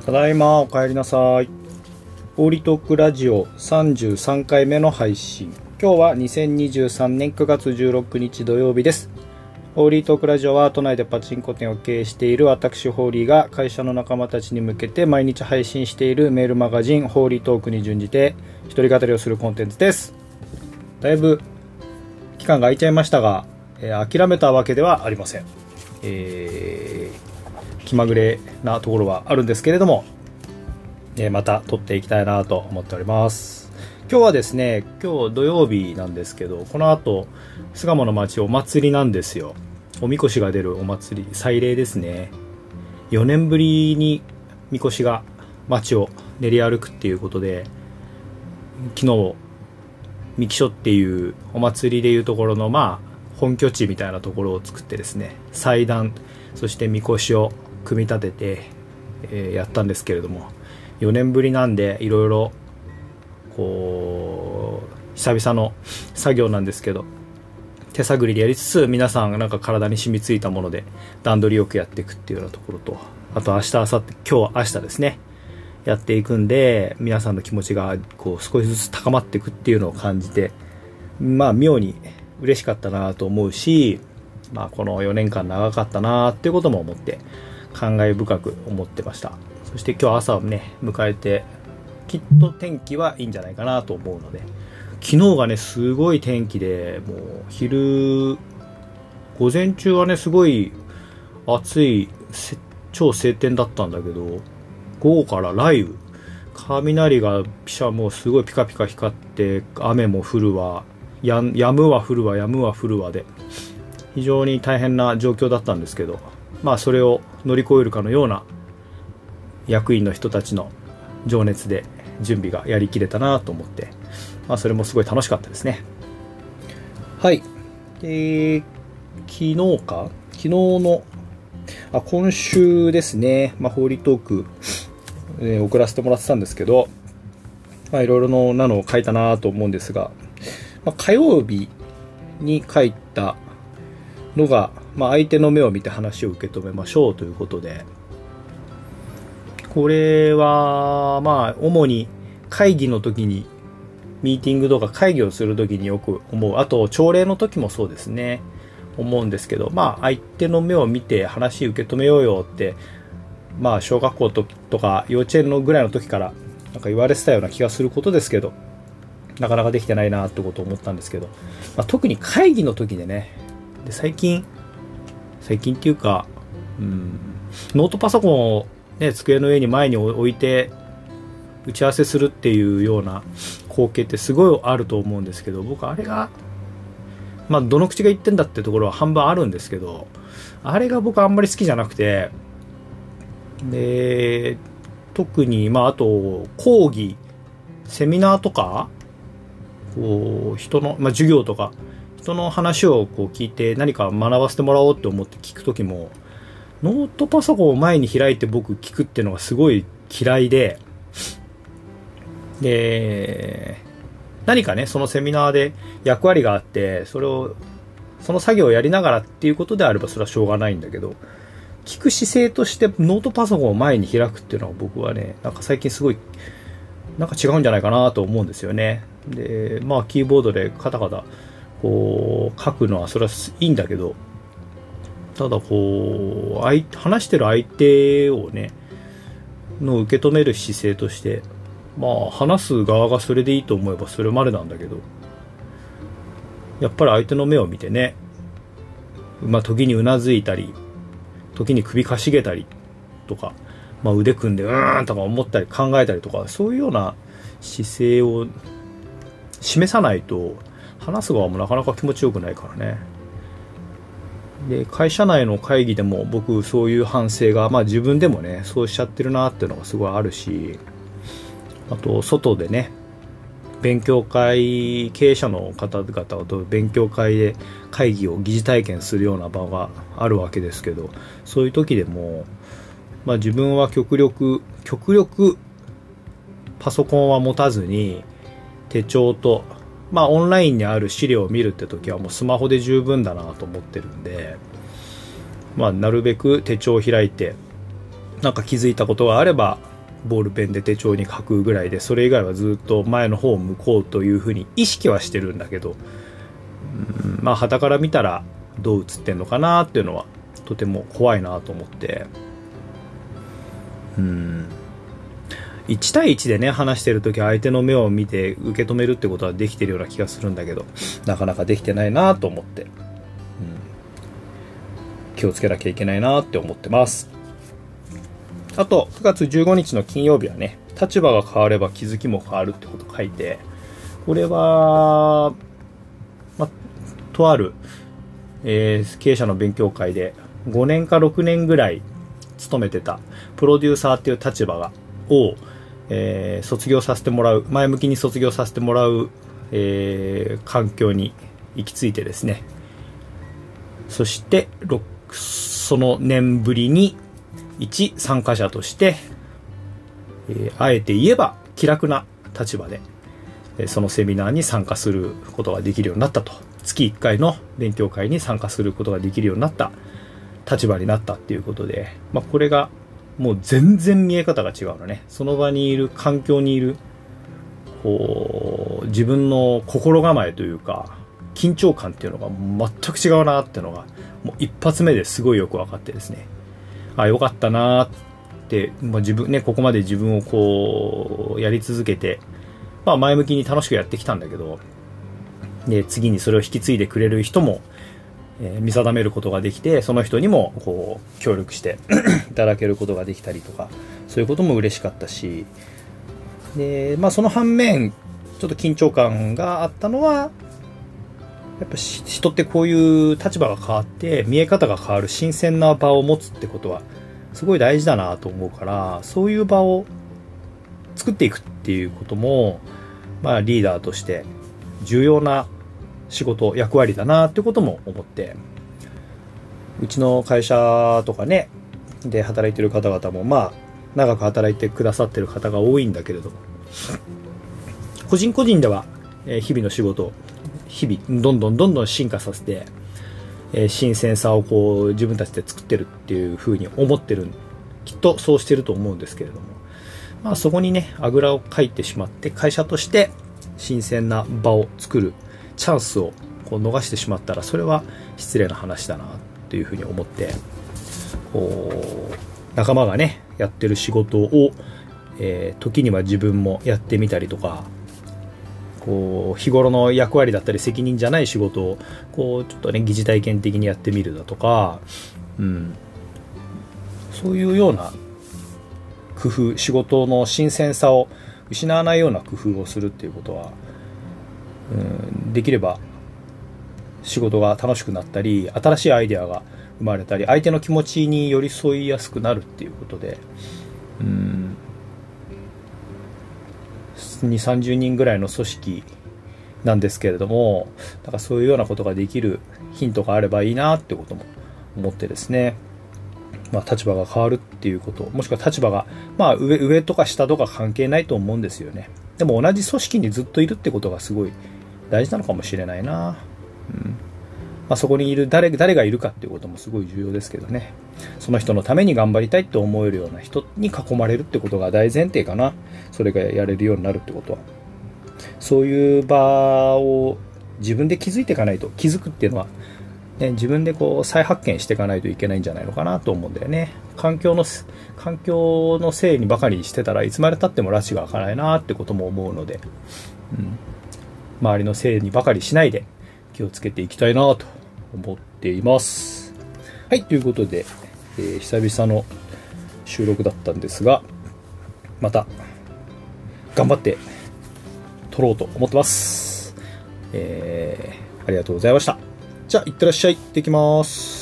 ただいま、お帰りなさい。オーリトークラジオ33回目の配信。今日は2023年9月16日土曜日です。ホーリートークラジオは都内でパチンコ店を経営している私ホーリーが会社の仲間たちに向けて毎日配信しているメールマガジンホーリートークに準じて一人語りをするコンテンツです。だいぶ期間が空いちゃいましたが、諦めたわけではありません。気まぐれなところはあるんですけれども、また撮っていきたいなと思っております。今日はですね、今日土曜日なんですけど、この後巣鴨の町お祭りなんですよ。おみこしが出るお祭り、祭礼ですね。4年ぶりにみこしが町を練り歩くっていうことで、昨日三木所っていうお祭りでいうところの本拠地みたいなところを作ってですね、祭壇そしてみこしを組み立てて、やったんですけれども、4年ぶりなんでいろいろこう久々の作業なんですけど、手探りでやりつつ皆さんなんか体に染みついたもので段取りよくやっていくっていうようなところと、あと明日明後日今日明日ですねやっていくんで、皆さんの気持ちがこう少しずつ高まっていくっていうのを感じて、妙に嬉しかったなと思うし、この4年間長かったなっていうことも思って感慨深く思ってました。そして今日朝をね迎えて、きっと天気はいいんじゃないかなと思うので、昨日がねすごい天気で、もう午前中はねすごい暑い超晴天だったんだけど、午後から雷雨、雷がもうすごいピカピカ光って、雨も降るわやむは降るわやむは降るわで非常に大変な状況だったんですけど、それを乗り越えるかのような役員の人たちの情熱で準備がやりきれたなと思って、それもすごい楽しかったですね。はい。昨日の今週ですね、ホーリートーク、送らせてもらってたんですけど、いろいろなのを書いたなと思うんですが、火曜日に書いたのが、相手の目を見て話を受け止めましょうということで、これは主に会議の時に、ミーティングとか会議をする時によく思う、あと朝礼の時もそうですね思うんですけど、相手の目を見て話受け止めようよって、小学校とか幼稚園のぐらいの時からなんか言われてたような気がすることですけど、なかなかできてないなってことを思ったんですけど、特に会議の時でね、で最近っていうか、ノートパソコンを、机の上に前に置いて打ち合わせするっていうような光景ってすごいあると思うんですけど、僕あれがどの口が言ってんだってところは半分あるんですけど、あれが僕あんまり好きじゃなくて、で特にあと講義セミナーとか人の、授業とか人の話を聞いて何か学ばせてもらおうって思って聞くときも、ノートパソコンを前に開いて僕聞くっていうのがすごい嫌いで、何かねそのセミナーで役割があって、その作業をやりながらっていうことであればそれはしょうがないんだけど、聞く姿勢としてノートパソコンを前に開くっていうのは僕はね、なんか最近すごいなんか違うんじゃないかなと思うんですよね。でキーボードでカタカタ書くのはそれはいいんだけど、ただ話してる相手をねの受け止める姿勢として、話す側がそれでいいと思えばそれまでなんだけど、やっぱり相手の目を見てね、時にうなずいたり時に首かしげたりとか、腕組んでとか思ったり考えたりとか、そういうような姿勢を示さないと話す側もなかなか気持ちよくないからね。で会社内の会議でも僕そういう反省が、自分でもねそうしちゃってるなっていうのがすごいあるし、あと外でね勉強会、経営者の方々と勉強会で会議を疑似体験するような場があるわけですけど、そういう時でも、自分は極力パソコンは持たずに手帳と、オンラインにある資料を見るって時はもうスマホで十分だなと思ってるんで、なるべく手帳を開いてなんか気づいたことがあればボールペンで手帳に書くぐらいで、それ以外はずっと前の方を向こうというふうに意識はしてるんだけど、まあ傍から見たらどう映ってんのかなっていうのはとても怖いなと思って、1対1でね話してるとき相手の目を見て受け止めるってことはできてるような気がするんだけど、なかなかできてないなと思って、気をつけなきゃいけないなって思ってます。あと9月15日の金曜日はね、立場が変われば気づきも変わるってことを書いて、これは、とある、経営者の勉強会で5年か6年ぐらい勤めてたプロデューサーっていう立場を、卒業させてもらう、前向きに卒業させてもらう、環境に行き着いてですね、そしてその年ぶりに一参加者として、あえて言えば気楽な立場で、そのセミナーに参加することができるようになったと。月1回の勉強会に参加することができるようになった立場になったっていうことで、これがもう全然見え方が違うのね。その場にいる、環境にいる、自分の心構えというか緊張感っていうのが全く違うなっていうのがもう一発目ですごいよく分かってですね、よかったなって、自分ね、ここまで自分をこうやり続けて、前向きに楽しくやってきたんだけど、で次にそれを引き継いでくれる人も、見定めることができて、その人にもこう協力していただけることができたりとか、そういうことも嬉しかったし、で、その反面ちょっと緊張感があったのは、やっぱ人ってこういう立場が変わって見え方が変わる新鮮な場を持つってことはすごい大事だなと思うから、そういう場を作っていくっていうことも、リーダーとして重要な仕事、役割だなってことも思って、うちの会社とかねで働いてる方々も長く働いてくださってる方が多いんだけれども、個人個人では日々の仕事、日々どんどん進化させて、新鮮さをこう自分たちで作ってるっていうふうに思ってる、きっとそうしてると思うんですけれども、そこにねあぐらをかいてしまって、会社として新鮮な場を作るチャンスをこう逃してしまったら、それは失礼な話だなというふうに思って、仲間がねやってる仕事を、時には自分もやってみたりとか、こう日頃の役割だったり責任じゃない仕事をこうちょっとね疑似体験的にやってみるだとか、そういうような工夫、仕事の新鮮さを失わないような工夫をするっていうことは、できれば仕事が楽しくなったり、新しいアイデアが生まれたり、相手の気持ちに寄り添いやすくなるっていうことで、2、30人ぐらいの組織なんですけれども、だからそういうようなことができるヒントがあればいいなってことも思ってですね、立場が変わるっていうこと、もしくは立場が、上とか下とか関係ないと思うんですよね。でも同じ組織にずっといるってことがすごい大事なのかもしれないな。そこにいる誰がいるかっていうこともすごい重要ですけどね。その人のために頑張りたいって思えるような人に囲まれるってことが大前提かな。それがやれるようになるってことは。そういう場を自分で気づいていかないと、気づくっていうのは、自分でこう再発見していかないといけないんじゃないのかなと思うんだよね。環境のせいにばかりしてたらいつまで経っても拉致が開かないなってことも思うので、周りのせいにばかりしないで気をつけていきたいなと思っています。はい、ということで、久々の収録だったんですが、また頑張って撮ろうと思ってます。ありがとうございました。じゃあ、いってらっしゃい。行ってきます。